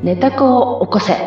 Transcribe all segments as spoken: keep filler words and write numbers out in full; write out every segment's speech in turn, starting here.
寝た子を起こせ。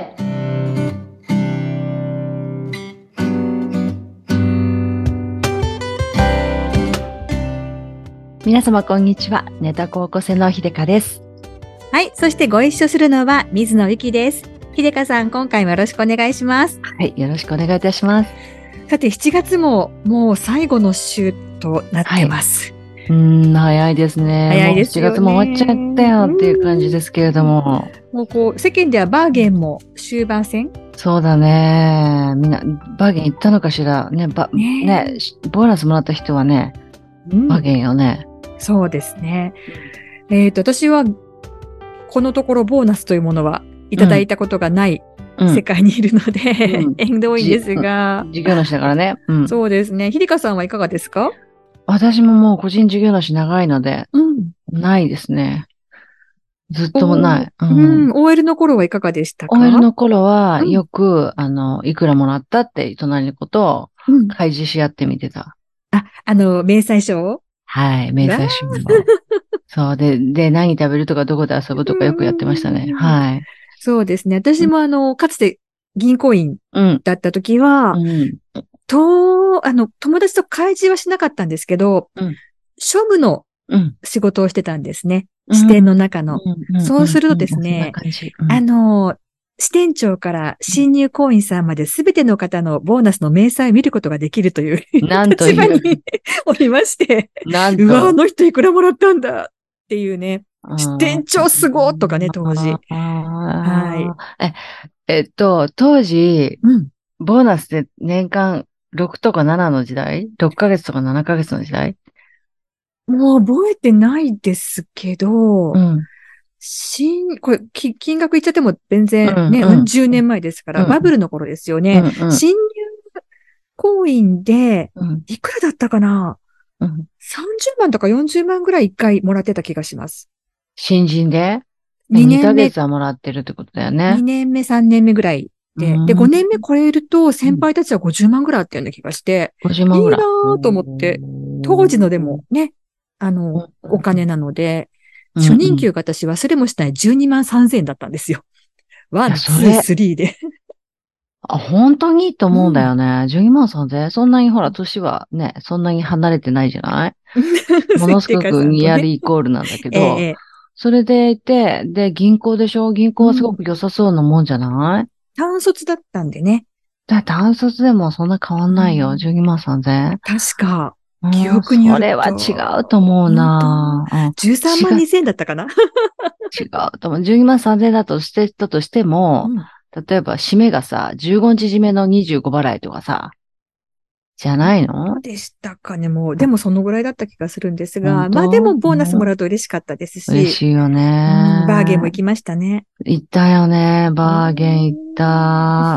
皆様こんにちは。寝た子を起こせのひでかです。 はい。そしてご一緒するのは水野ゆきです。ひでかさん、今回もよろしくお願いします。 はい。よろしくお願いいたします。 さて、しちがつももう最後の週となってます。 はい、うーん、早いですね。 早いですよね。 もうしちがつも終わっちゃったよっていう感じですけれども。 もうこう、世間ではバーゲンも終盤戦？ そうだね。みんな、バーゲン行ったのかしら。ね、ば、ね、ねボーナスもらった人はね、うん、バーゲンよね。 そうですね。えっと、私は、このところボーナスというものはいただいたことがない世界にいるので、うん、縁遠いんですが。 事業主だからね。 うん、そうですね。ひでかさんはいかがですか？ 私ももう個人事業主長いので、うん、ないですね。ずっとない。 うん。オーエル の頃はいかがでしたか？ オーエル の頃は、よく、うん、あの、いくらもらったって隣のことを、開示し合ってみてた。 うん、あ、あの、明細書を？ はい、明細書を。そう。で、で、何食べるとか、どこで遊ぶとかよくやってましたね。はい。 そうですね。私もあの、かつて銀行員だった時は、うんうん、と、あの、友達と開示はしなかったんですけど、うん、庶務の仕事をしてたんですね。うん、支店の中の。うん、そうするとですね、うん、あの、支店長から新入行員さんまで全ての方のボーナスの明細を見ることができるという立場におりまして、 なんとうわ、あの人いくらもらったんだっていうね、支店長すごーとかね、当時。 はい。え、えっと、当時、うん、ボーナスで年間ろくとかななの時代 ?ろっ ヶ月とかななかげつの時代？ もう覚えてないですけど、うん、新、これ、金額言っちゃっても全然ね、うん、じゅうねんまえですから、うん、バブルの頃ですよね。うんうん、新入行員で、いくらだったかな、うん、さんじゅうまんとかよんじゅうまんぐらい一回もらってた気がします。 新人で ?に 年目。にかげつはもらってるってことだよね。 にねんめ、さんねんめぐらいで。で、ごねんめ超えると先輩たちはごじゅうまんぐらいあったような気がして、 ごじゅうまんぐらい。 いいなーと思って、当時のでもね、あの、お金なので、初任給が私忘れもしないじゅうにまんさんぜんえんだったんですよ。ワン、ツー、スリーで。 あ、本当にと思うんだよね。うん、じゅうにまんさんぜんそんなにほら、年はね、そんなに離れてないじゃないものすごくニアリーイコールなんだけど、ええ、それでいて、で、銀行でしょ？銀行はすごく良さそうなもんじゃない、うん、 単卒だったんでね。 だ単卒でもそんな変わんないよ。うん、じゅうにまんさんぜん。 確か。記憶によると。 それは違うと思うな、 うん、じゅうさんまんにせんえんだったかな違うと思う。じゅうにまんさんぜんだとしてたとしても、うん、例えば締めがさ、じゅうごにち締めのにじゅうご払いとかさ、じゃないの？ そうでしたかね。もう、でもそのぐらいだった気がするんですが、まあでもボーナスもらうと嬉しかったですし。 嬉しいよね、 うん。バーゲンも行きましたね。 行ったよね。バーゲン行った。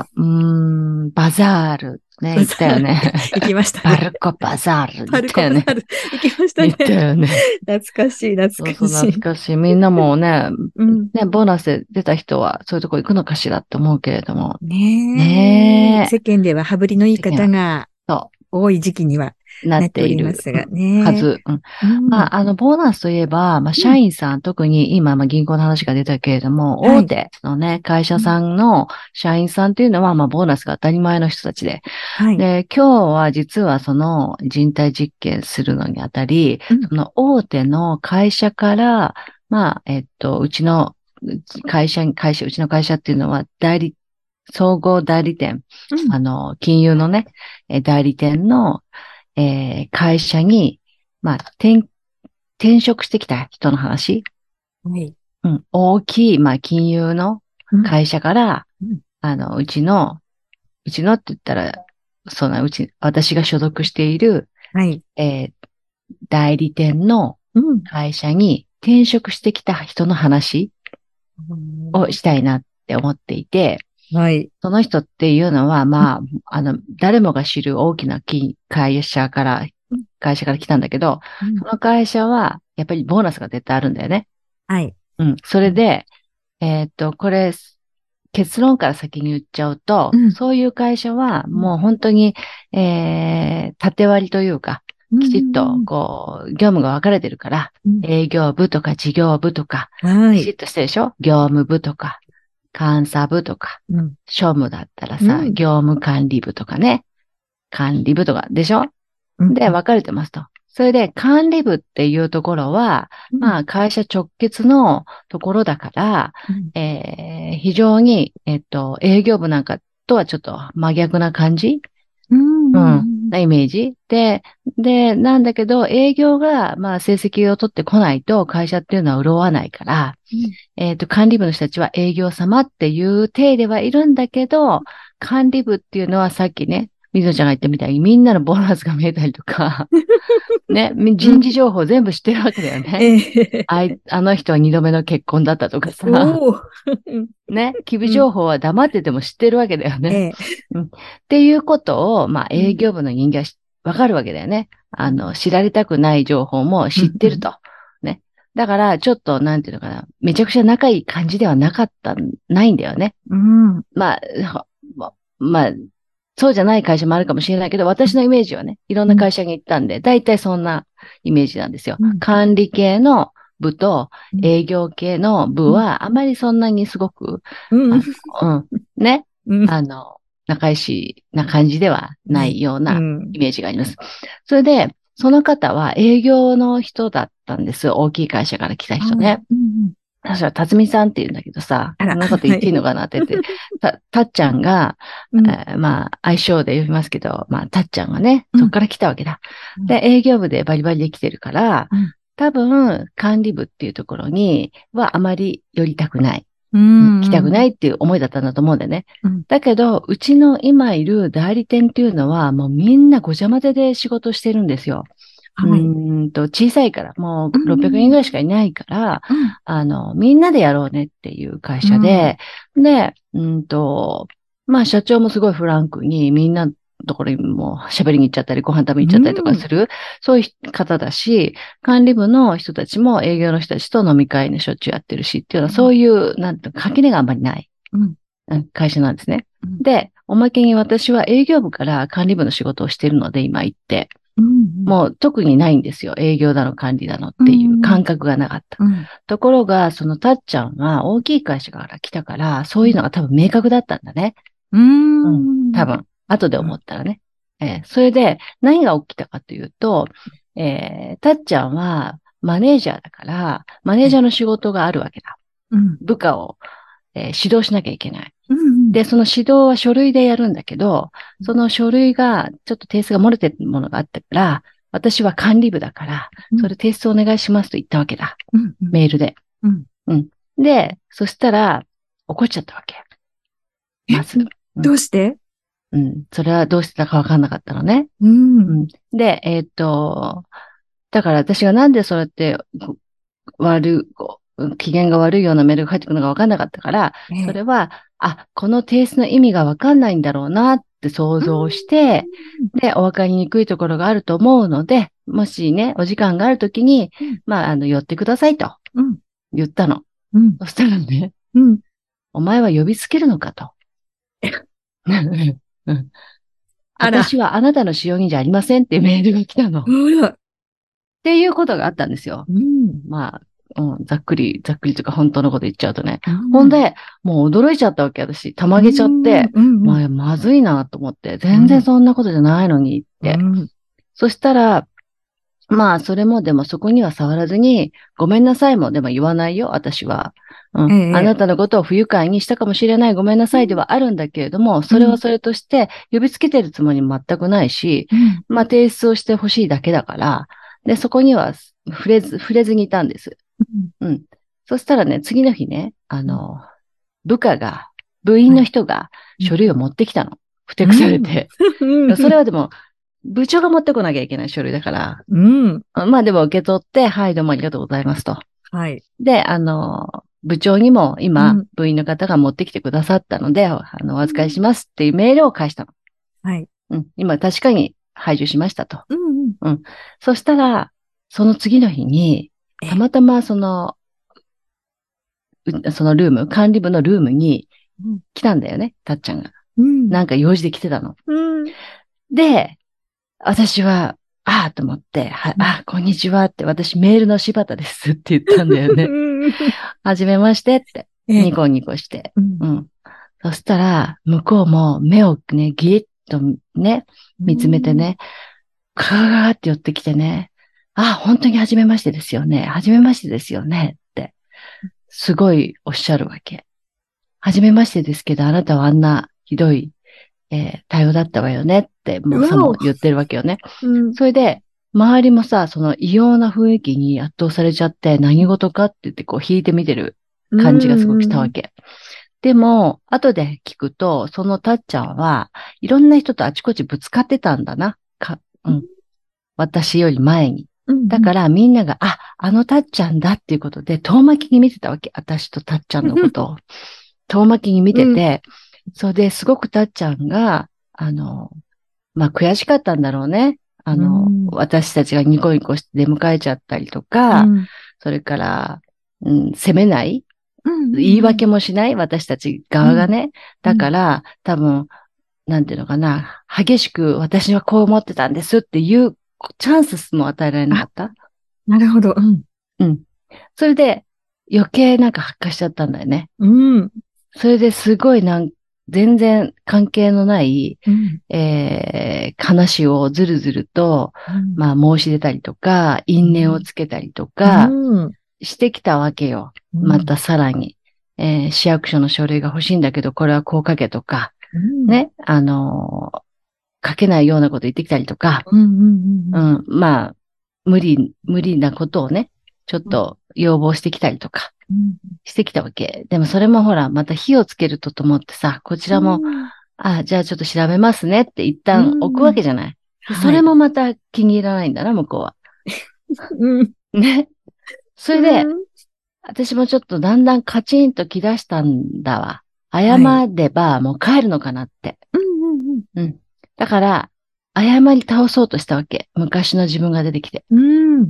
うーん、バザール。ね、行ったよね。 行きましたね。 パルコバザール。 パルコバザール。行きましたね。 行ったよね。 懐かしい、懐かしい。 そうそう、懐かしい。みんなもね、うん、ね、ボーナスで出た人はそういうとこ行くのかしらって思うけれども。 ねえ。ね世間では羽振りのいい方が多い時期にはなっておりますがね。 はず。うんうん、まあ、あの、ボーナスといえば、まあ、社員さん、うん、特に今、まあ、銀行の話が出たけれども、はい、大手のね、会社さんの社員さんっていうのは、まあ、ボーナスが当たり前の人たちで。はい、で、今日は実はその人体実験するのにあたり、うん、その大手の会社から、まあ、えっと、うちの会社に、会社、うちの会社っていうのは代理、総合代理店、うん、あの、金融のね、代理店の、えー、会社に、まあ、転、転職してきた人の話。はい。うん。大きい、まあ、金融の会社から、うん、あの、うちの、うちのって言ったら、そのうち、私が所属している、はい。えー、代理店の会社に転職してきた人の話をしたいなって思っていて、はい。その人っていうのは、まあ、あの、誰もが知る大きな会社から、会社から来たんだけど、うん、その会社は、やっぱりボーナスが絶対あるんだよね。はい。うん。それで、えー、っと、これ、結論から先に言っちゃうと、うん、そういう会社は、もう本当に、えー、縦割りというか、きちっと、こう、業務が分かれてるから、うん、営業部とか事業部とか、はい、きちっとしてるでしょ？業務部とか。 監査部とか、 うん、 庶務だったらさ、うん、業務管理部とかね、管理部とかでしょ、うん、で、分かれてますと。それで、管理部っていうところは、うん、まあ、会社直結のところだから、うん、えー、非常に、えっと、営業部なんかとはちょっと真逆な感じ、うん、うん、なイメージで、で、なんだけど、営業が、まあ、成績を取ってこないと、会社っていうのは潤わないから、うん、えっと、管理部の人たちは営業様っていう体ではいるんだけど、管理部っていうのはさっきね、水野ちゃんが言ったみたいにみんなのボーナスが見えたりとか、ね、人事情報全部知ってるわけだよね。えー、あい、あの人は二度目の結婚だったとかさ、ね、機微情報は黙ってても知ってるわけだよね。えーうん、っていうことを、まあ営業部の人間はわかるわけだよね。あの、知られたくない情報も知ってると。ね。だから、ちょっと、なんていうのかな、めちゃくちゃ仲いい感じではなかった、ないんだよね。うん、まあ、まあ、そうじゃない会社もあるかもしれないけど、私のイメージはね、いろんな会社に行ったんで、だいたいそんなイメージなんですよ。うん、管理系の部と営業系の部は、あまりそんなにすごく、うん、あのうん、ね、うん、あの、仲良しな感じではないようなイメージがあります。それで、その方は営業の人だったんです。大きい会社から来た人ね。うん私は、たつみさんって言うんだけどさ、こんなこと言っていいのかなって言って、た、たっちゃんが、うんえー、まあ、愛称で呼びますけど、まあ、たっちゃんがね、そっから来たわけだ。うん、で、営業部でバリバリで来てるから、うん、多分、管理部っていうところにはあまり寄りたくない。うん、来たくないっていう思いだったんだと思うんだよね。うん、だけど、うちの今いる代理店っていうのは、もうみんなごちゃ混ぜで仕事してるんですよ。はい、うんと、小さいから、もうろっぴゃくにんぐらいしかいないから、うん、あの、みんなでやろうねっていう会社で、うん、で、うんと、まあ社長もすごいフランクにみんなのところにも喋りに行っちゃったり、ご飯食べに行っちゃったりとかする、うん、そういう方だし、管理部の人たちも営業の人たちと飲み会にしょっちゅうやってるしっていうのは、そういう、なんていうか、垣根があんまりない、うん、会社なんですね。うん、で、おまけに私は営業部から管理部の仕事をしているので、今行って。うんうん、もう特にないんですよ。営業だの管理だのっていう感覚がなかった。うんうん、ところが、そのたっちゃんは大きい会社から来たから、そういうのが多分明確だったんだね。うん、うん、多分。後で思ったらね。うん、えー、それで、何が起きたかというと、えー、たっちゃんはマネージャーだから、マネージャーの仕事があるわけだ。うん、部下を、えー、指導しなきゃいけない。うんうん、で、その指導は書類でやるんだけど、その書類が、ちょっと提出が漏れてるものがあったから、私は管理部だから、それ提出お願いしますと言ったわけだ。うん、メールで、うんうん。で、そしたら、怒っちゃったわけ。まず。 うん、どうして？ うん。それはどうしてたかわかんなかったのね。うん、うん、で、えー、っと、だから私がなんでそうやって、悪い、機嫌が悪いようなメールが返ってくるのがわかんなかったから、ええ、それは、あ、この提出の意味がわかんないんだろうなって想像して、で、お分かりにくいところがあると思うので、もしね、お時間があるときに、うん、まあ、あの、寄ってくださいと、言ったの。うん、そしたらね、うん、お前は呼びつけるのかと。私はあなたの使用人じゃありませんってメールが来たの。っていうことがあったんですよ。うん、まあ、うん、ざっくり、ざっくりとか本当のこと言っちゃうとね。うん、ほんで、もう驚いちゃったわけ、私。たまげちゃって、うんうんうん、まあ、まずいなと思って、全然そんなことじゃないのにって。うん、そしたら、まあ、それもでもそこには触らずに、ごめんなさいもでも言わないよ、私は。うんええ、あなたのことを不愉快にしたかもしれないごめんなさいではあるんだけれども、うん、それはそれとして呼びつけてるつもりも全くないし、うん、まあ提出をしてほしいだけだから、で、そこには触れず、触れずにいたんです。うん。うん、そしたらね、次の日ね、あの、部下が、部員の人が書類を持ってきたの。ふてくされて。うん、それはでも、部長が持ってこなきゃいけない書類だから、うん、まあでも受け取って、はい、どうもありがとうございますと。はい。で、あの、部長にも今、うん、部員の方が持ってきてくださったので、あの、お預かりしますっていうメールを返したの。はい。うん、今確かに排除しましたと。うん、うん。うん。そしたら、その次の日に、たまたまその、そのルーム、管理部のルームに来たんだよね、たっちゃんが。うん。なんか用事で来てたの。うん。で、私は、ああ、と思って、は、あ、こんにちはって、私メールの柴田ですって言ったんだよね。はじめましてって。 ニコニコして。うん。うん、そしたら、向こうも目をね、ギリッとね、見つめてね、カガガガって寄ってきてね、あ、本当に初めましてですよね。初めましてですよね。って、すごいおっしゃるわけ。初めましてですけど、あなたはあんなひどい、えー、対応だったわよねって、もうさも言ってるわけよね。うん、それで、周りもさ、その異様な雰囲気に圧倒されちゃって、何事かって言ってこう引いて見てる感じがすごくしたわけ。うんうん、でも、後で聞くと、そのたっちゃんは、いろんな人とあちこちぶつかってたんだな。か、うん。私より前に。だからみんなが、あ、あのたっちゃんだっていうことで、遠巻きに見てたわけ。私とたっちゃんのことを。遠巻きに見てて、うん、それですごくたっちゃんが、あの、まあ、悔しかったんだろうね。あの、うん、私たちがニコニコして出迎えちゃったりとか、うん、それから、うん、責めない、うんうんうん、言い訳もしない私たち側がね。うん、だから、多分、なんていうのかな、激しく私はこう思ってたんですっていうチャンスも与えられなかった。 なるほど。うん。 うん。それで、余計なんか発火しちゃったんだよね。 うん。 それですごいなん全然関係のない、うん、えー、話をずるずると、うん、まあ申し出たりとか、因縁をつけたりとか、してきたわけよ。うん、またさらに、えー、市役所の書類が欲しいんだけど、これはこう書けとか、うん、ね、あのー、書けないようなこと言ってきたりとか、うん、まあ、無理、無理なことをね、ちょっと要望してきたりとか、してきたわけ。でもそれもほら、また火をつけるとと思ってさ、こちらも、うん、あ、じゃあちょっと調べますねって一旦置くわけじゃない。うん、それもまた気に入らないんだな、向こうは。うん、ね。それで、うん、私もちょっとだんだんカチンと来だしたんだわ。謝ればもう帰るのかなって。うんうんうん。だから、謝り倒そうとしたわけ。昔の自分が出てきて。うん、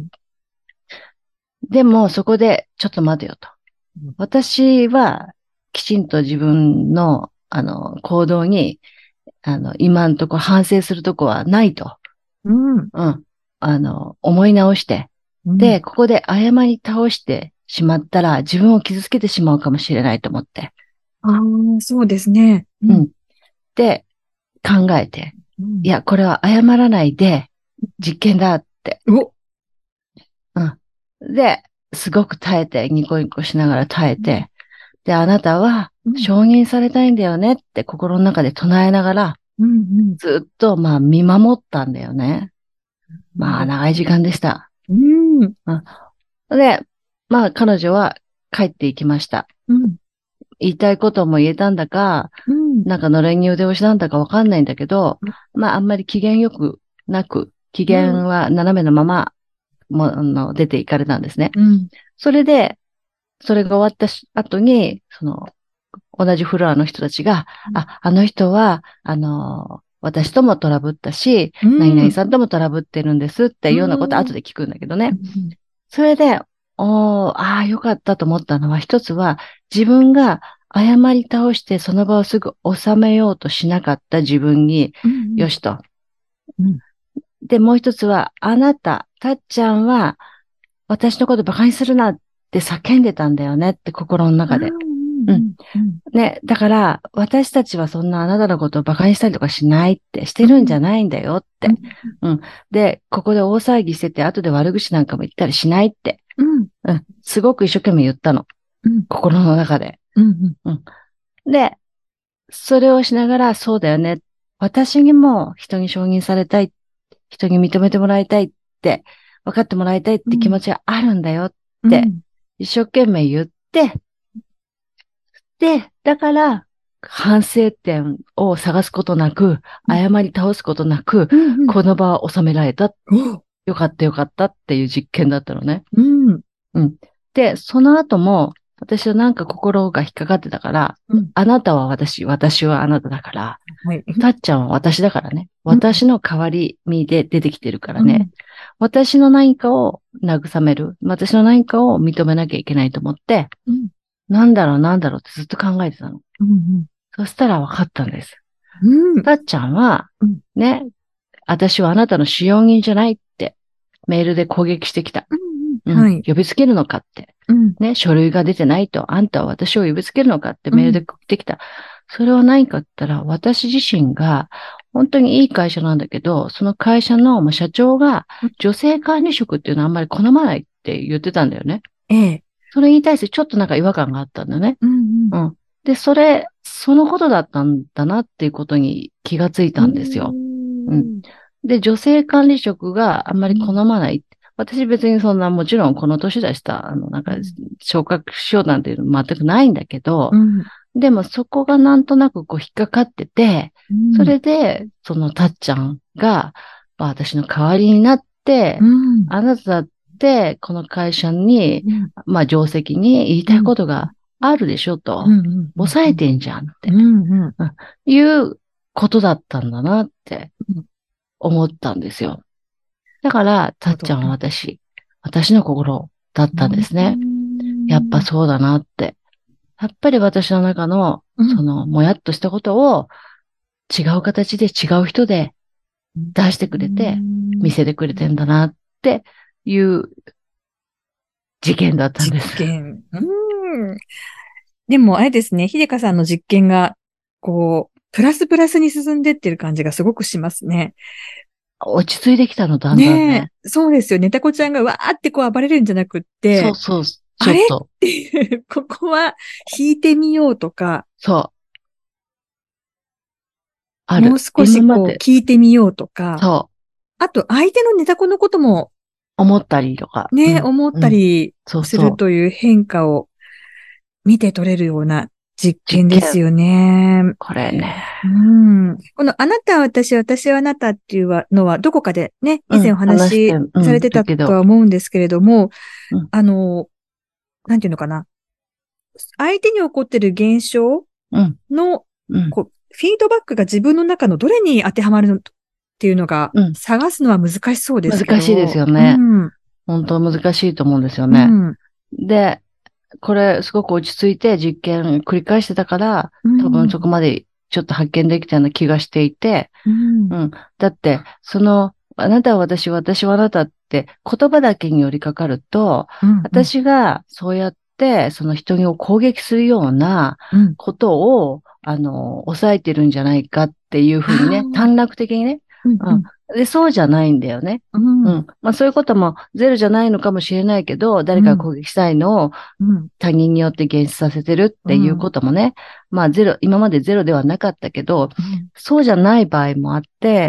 でも、そこで、ちょっと待てよと。私は、きちんと自分の、あの、行動に、あの、今んとこ反省するとこはないと。うん。うん。あの、思い直して。うん、で、ここで謝り倒してしまったら、自分を傷つけてしまうかもしれないと思って。 ああ、そうですね。 うん。うん、で、考えて。うん、いや、これは謝らないで、実験だって。おうん。で、すごく耐えて、ニコニコしながら耐えて、で、あなたは承認されたいんだよねって心の中で唱えながら、うんうん、ずっとまあ見守ったんだよね。まあ長い時間でした。うん、で、まあ彼女は帰っていきました。うん、言いたいことも言えたんだか、うん、なんかのれんに腕押しなんだかわかんないんだけど、うん、まああんまり機嫌よくなく、機嫌は斜めのまま、もあの出て行かれたんですね。うん、それで、それが終わった後に、その、同じフロアの人たちが、うん、あ、あの人は、あの、私ともトラブったし、うん、何々さんともトラブってるんですっていうようなこと後で聞くんだけどね。うん、それで、おー、ああ、よかったと思ったのは、一つは、自分が謝り倒してその場をすぐ収めようとしなかった自分に、うん、よしと。うん、で、もう一つは、あなた、たっちゃんは、私のこと馬鹿にするなって叫んでたんだよねって心の中で。うん。ね、だから、私たちはそんなあなたのことを馬鹿にしたりとかしないって、してるんじゃないんだよって。うん。うん、で、ここで大騒ぎしてて、後で悪口なんかも言ったりしないって。うん。うん。すごく一生懸命言ったの。うん。心の中で。うん。うん。で、それをしながら、そうだよね。私にも人に承認されたい。人に認めてもらいたいって、分かってもらいたいって気持ちがあるんだよって、一生懸命言って、で、だから、反省点を探すことなく、謝り倒すことなく、うんうん、この場は収められた。よかったよかったっていう実験だったのね。うん。うん。で、その後も、私はなんか心が引っかかってたから、うん、あなたは私、私はあなただから、はい、たっちゃんは私だからね。私の代わり身で出てきてるからね。うん、私の何かを慰める。私の何かを認めなきゃいけないと思って、うん、なんだろうなんだろうってずっと考えてたの。うんうん、そしたら分かったんです。うん、たっちゃんは、ね、私はあなたの使用人じゃないってメールで攻撃してきた。うんうんはい、呼びつけるのかって、うん。ね、書類が出てないと、あんたは私を呼びつけるのかってメールで送ってきた。うん、それは何かって言ったら、私自身が、本当にいい会社なんだけど、その会社の社長が、女性管理職っていうのはあんまり好まないって言ってたんだよね。ええ。それに対してちょっとなんか違和感があったんだね。うん、うん。うん。で、それ、そのことだったんだなっていうことに気がついたんですよ。うん。で、女性管理職があんまり好まない。うん、私別にそんな、もちろんこの年出した、あの、なんか、昇格しようなんていうの全くないんだけど、うん、でもそこがなんとなくこう引っかかってて、うん、それで、そのたっちゃんが、私の代わりになって、うん、あなただってこの会社に、うん、まあ上席に言いたいことがあるでしょと、抑えてんじゃんって、うんうん、いうことだったんだなって思ったんですよ。だから、たっちゃんは私、私の心だったんですね。やっぱそうだなって。やっぱり私の中の、その、もやっとしたことを違う形で違う人で出してくれて、見せてくれてんだなっていう事件だったんです。 実験。うん。でも、あれですね、秀香さんの実験が、こう、プラスプラスに進んでってる感じがすごくしますね。 落ち着いてきたの、だんだんね。ねえ、そうですよね。たこちゃんがわーってこう暴れるんじゃなくって、 そうそう、ちょっと。あれっていう、ここは引いてみようとか、 そう。ある。 もう少しこう聞いてみようとか、 そう。 あと相手のネタ子のことも、 思ったりとか。 ね、うん、思ったりするという変化を見て取れるような実験ですよね。 これね。 うん。このあなたは私、私はあなたっていうのはどこかでね、以前お話しされてたとは思うんですけれども、うん、あの、なんていうのかな。相手に起こってる現象の、うん、こうフィードバックが自分の中のどれに当てはまるのっていうのが、探すのは難しそうですけど。 難しいですよね。うん、本当難しいと思うんですよね。うん、で、これすごく落ち着いて実験繰り返してたから、多分そこまでちょっと発見できたような気がしていて、うん、うん、だって、その、あなたは私、私はあなたって言葉だけに寄りかかると、うんうん、私がそうやってその人を攻撃するようなことを、うん、あの、抑えてるんじゃないかっていうふうにね、短絡的にね、うんうん、で、そうじゃないんだよね。うん。うん、まあそういうこともゼロじゃないのかもしれないけど、誰かが攻撃したいのを他人によって現出させてるっていうこともね、うん、まあゼロ、今までゼロではなかったけど、うん、そうじゃない場合もあって、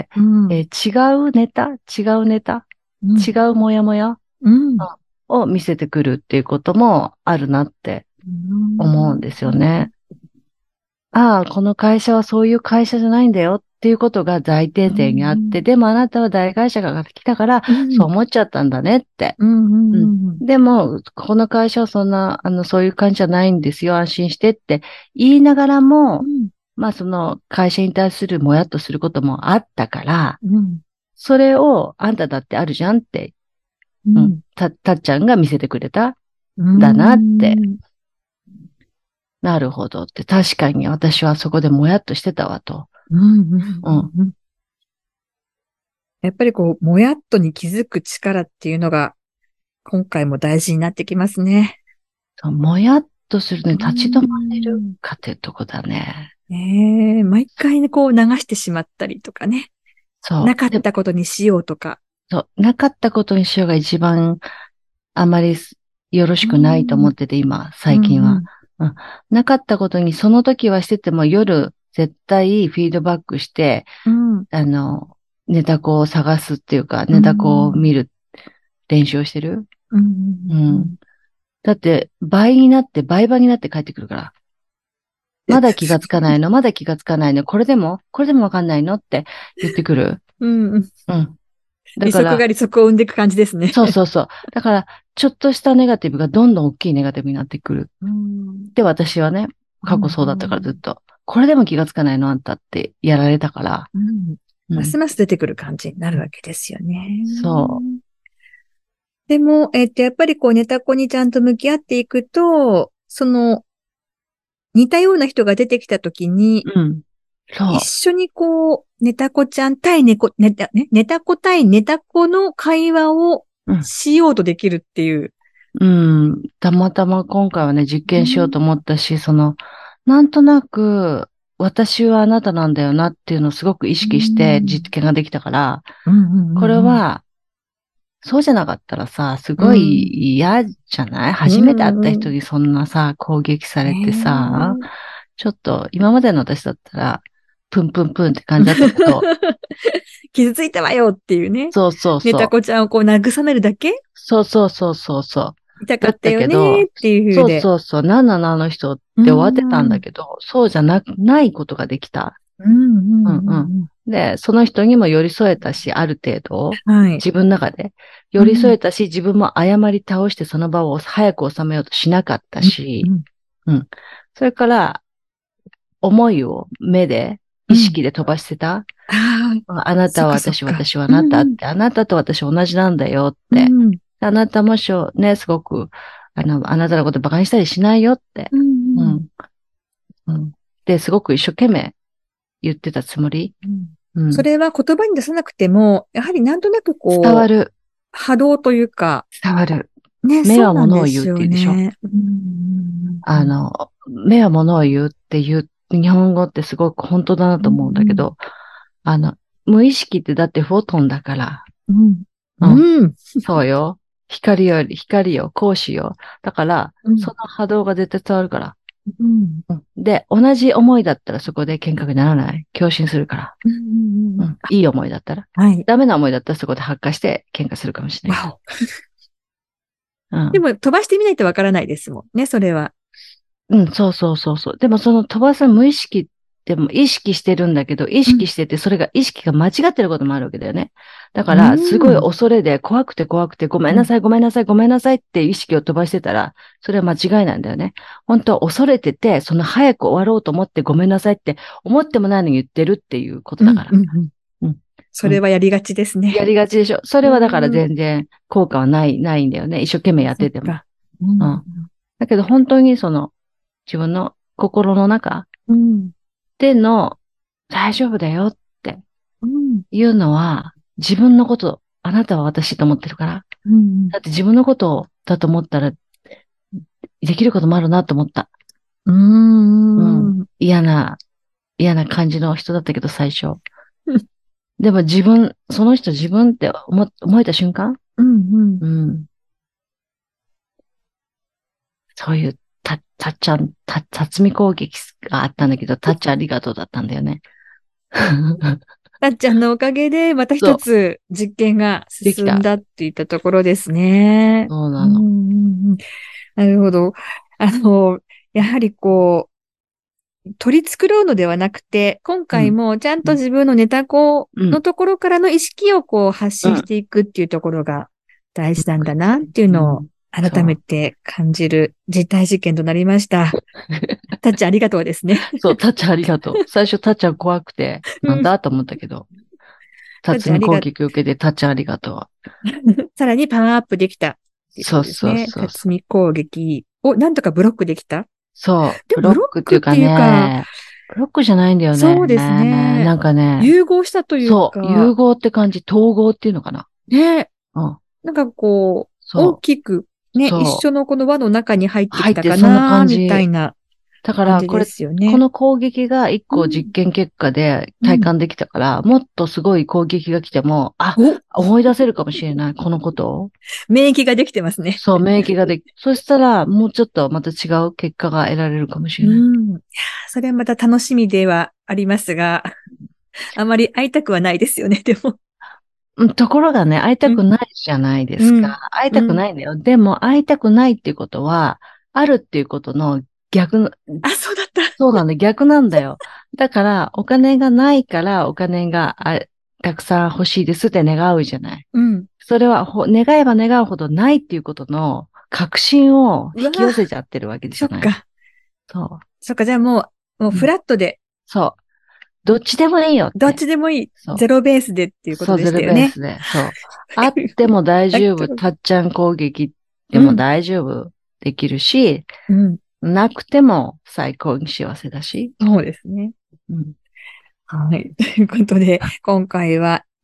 うん、えー、違うネタ、違うネタ、うん、違うモヤモヤ、うん、を見せてくるっていうこともあるなって思うんですよね。ああ、この会社はそういう会社じゃないんだよっていうことが大前提にあって、うん、でもあなたは大会社が来たから、そう思っちゃったんだねって。でも、この会社はそんな、あの、そういう感じじゃないんですよ、安心してって言いながらも、うん、まあその会社に対するもやっとすることもあったから、うん、それをあんただってあるじゃんって、うん、た、たっちゃんが見せてくれた、だなって。なるほどって、確かに私はそこでもやっとしてたわと。うんうんうん、 やっぱりこう、もやっとに気づく力っていうのが、今回も大事になってきますね。 そう、もやっとするね、立ち止まれるかってとこだね。 ねえ、毎回ね、こう流してしまったりとかね。そう。なかったことにしようとか。 そう、なかったことにしようが一番あまりよろしくないと思ってて、今、最近は。うん、なかったことに、その時はしてても夜、絶対フィードバックして、うん、あの、ネタ子を探すっていうか、ネタ子を見る練習をしてる。うん。うん、だって、倍になって、倍々になって帰ってくるから。まだ気がつかないのまだ気がつかないのこれでもこれでもわかんないのって言ってくる。うん。うん。 だから。利息が利息を生んでいく感じですね。 そうそうそう。だから、ちょっとしたネガティブがどんどん大きいネガティブになってくる。うん、で、私はね、過去そうだったからずっと、これでも気がつかないのあんたってやられたから。うん、 ますます出てくる感じになるわけですよね。 そう。 でも、えっと、やっぱりこう、ネタ子にちゃんと向き合っていくと、その、似たような人が出てきたときに、うん、一緒にこう、ネタ子ちゃん対猫、ネタ、ね、ネタ子対ネタ子の会話をしようとできるっていう。 うん、うん。たまたま今回はね、実験しようと思ったし、うん、その、なんとなく、私はあなたなんだよなっていうのをすごく意識して実験ができたから、これは、そうじゃなかったらさ、すごい嫌じゃない、うん、初めて会った人にそんなさ、攻撃されてさ、ちょっと今までの私だったら、プンプンプンって感じだったけど。 傷ついたわよっていうね。 そうそうそう。 ネタ子ちゃんをこう慰めるだけ？ そうそうそうそうそう。 痛かったよねっていう風で。 そうそうそう。なんなのあの人って終わってたんだけど、そうじゃな、ないことができた。 うんうんうん。で、その人にも寄り添えたし、ある程度、はい、自分の中で寄り添えたし、うん、自分も謝り倒してその場を早く収めようとしなかったし、うん、うん。それから、思いを目で、意識で飛ばしてた。うん、あ, あなたは私、私はあなたって、うん、あなたと私同じなんだよって。うん、あなたもしょ、ね、すごく、あの、あなたのこと馬鹿にしたりしないよって。うん、うんうん、で、すごく一生懸命言ってたつもり。 うん、それは言葉に出さなくても、やはりなんとなくこう、 伝わる。 波動というか。 伝わる。 ね、 目は物を言うって言うでしょ。 ね、 あの、目は物を言うっていう、日本語ってすごく本当だなと思うんだけど、うん、あの、無意識ってだってフォトンだから。 うん。 うん。そうよ。光より、光よ、光子よ。だから、うん、その波動が絶対伝わるから。うんうん、で、同じ思いだったらそこで喧嘩にならない。共振するから。うんうんうん、いい思いだったら。はい、ダメな思いだったらそこで発火して喧嘩するかもしれない。わおうん、でも飛ばしてみないとわからないですもんね、それは。 うん、そうそうそうそう。でもその飛ばす無意識でも意識してるんだけど、意識してて、それが意識が間違ってることもあるわけだよね。だから、すごい恐れで、怖くて怖くて、ごめんなさい、ごめんなさい、ごめんなさいって意識を飛ばしてたら、それは間違いなんだよね。本当は恐れてて、その早く終わろうと思ってごめんなさいって思ってもないのに言ってるっていうことだから。うんうんうん、それはやりがちですね。 やりがちでしょ。それはだから全然効果はない、ないんだよね。一生懸命やってても。うん、うん。だけど本当にその、自分の心の中での、大丈夫だよっていうのは、自分のこと、あなたは私と思ってるから。うん、だって自分のことだと思ったら、できることもあるなと思った。うーん、うん。嫌な、嫌な感じの人だったけど、最初。でも自分、その人自分って思、思えた瞬間、うんうんうん、そういう、た、たっちゃん、た、たつみ攻撃があったんだけど、たっちゃんありがとうだったんだよね。 たっちゃんのおかげで、また一つ実験が進んだっていったところですね。 そうなの。 うんなるほど。あの、やはりこう、取り繕うのではなくて、今回もちゃんと自分のネタ子のところからの意識をこう発信していくっていうところが大事なんだなっていうのを改めて感じる実体実験となりました。たっちゃんありがとうですね。 そう、たっちゃんありがとう。最初たっちゃん怖くて、なんだと思ったけど。たつみ攻撃受けてたっちゃんありがとう。さらにパワーアップできたっていうことですね。そうそうそう。たつみ攻撃をなんとかブロックできた。 そう。ブロックっていうかね。ブロックじゃないんだよね。 そうですね。 なんかね。 融合したというか。 そう。融合って感じ。統合っていうのかな。 ね。うん。なんかこう、大きくね、一緒のこの輪の中に入ってきたかな、みたいな。 だから、これ、ね、この攻撃が一個実験結果で体感できたから、うん、もっとすごい攻撃が来ても、あ、思い出せるかもしれない、このことを。 免疫ができてますね。 そう、免疫ができ、そしたら、もうちょっとまた違う結果が得られるかもしれない。うん。 それはまた楽しみではありますが、あまり会いたくはないですよね、でも。 ところがね、会いたくないじゃないですか。うん、会いたくないんだよ。うん、でも、会いたくないっていうことは、あるっていうことの逆の、 あ、そうだった。 そうなんだ、逆なんだよ。だから、お金がないからお金があたくさん欲しいですって願うじゃない。うん。それはほ、願えば願うほどないっていうことの確信を引き寄せちゃってるわけじゃない。 そっか。 そう。 そっか、じゃあもう、もうフラットで、 うん。そう。どっちでもいいよって。 どっちでもいい。ゼロベースでっていうことでしたよね。 そう、ゼロベースで。そう。あっても大丈夫。たっちゃん攻撃でも大丈夫。できるし、うん、なくても最高に幸せだし。 そうですね。うん、はい。ということで、今回は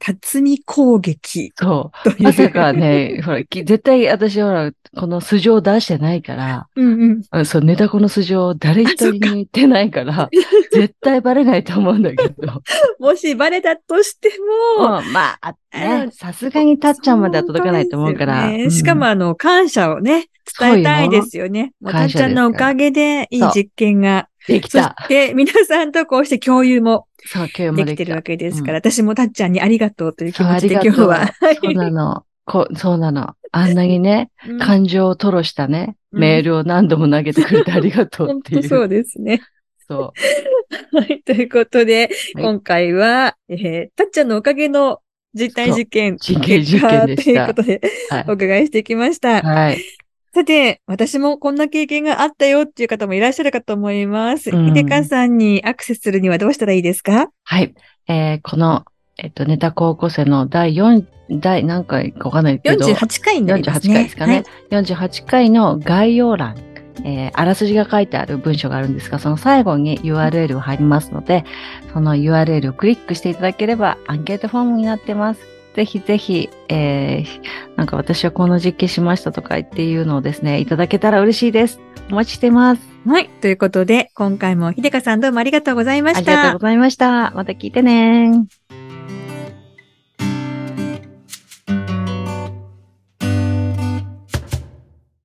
辰巳攻撃。 そう。まさかね、ほら、絶対私ほら、この素性を出してないから、 うんうん。 そう、ネタこの素性を誰一人に言ってないから、絶対バレないと思うんだけど。 もしバレたとしても、 うん、まあ、ね、さすがにたっちゃんまでは届かないと思うから。 ねうん、しかもあの、感謝をね、伝えたいですよね。もうたっちゃんのおかげでいい実験ができた。 そして皆さんとこうして共有もそう、共有もできてるわけですから、うん、私もたっちゃんにありがとうという気持ちで今日は。 そうなの。こそうなの。あんなにね、うん、感情を吐露したね、メールを何度も投げてくれてありがとうっていう。 本当そうですね。 そう。はい、ということで、はい、今回は、えー、たっちゃんのおかげの実体実験実験実験でした。 ということで、はい、お伺いしてきました。 はい。 さて、私もこんな経験があったよっていう方もいらっしゃるかと思います。ひでかさんにアクセスするにはどうしたらいいですか？ はい。えー、この、えっと、ネタ高校生のだいよん、第何回かわかんないけど。 よんじゅうはちかいになりますね。 よんじゅうはちかいですかね。はい、よんじゅうはちかいの概要欄、えー、あらすじが書いてある文章があるんですが、その最後に ユーアールエル を貼りますので、その ユーアールエル をクリックしていただければアンケートフォームになってます。ぜひぜひ、えー、なんか私はこの実験しましたとかっていうのをですね、いただけたら嬉しいです。お待ちしてます。 はい。ということで、今回もひでかさんどうもありがとうございました。 ありがとうございました。また聞いてね。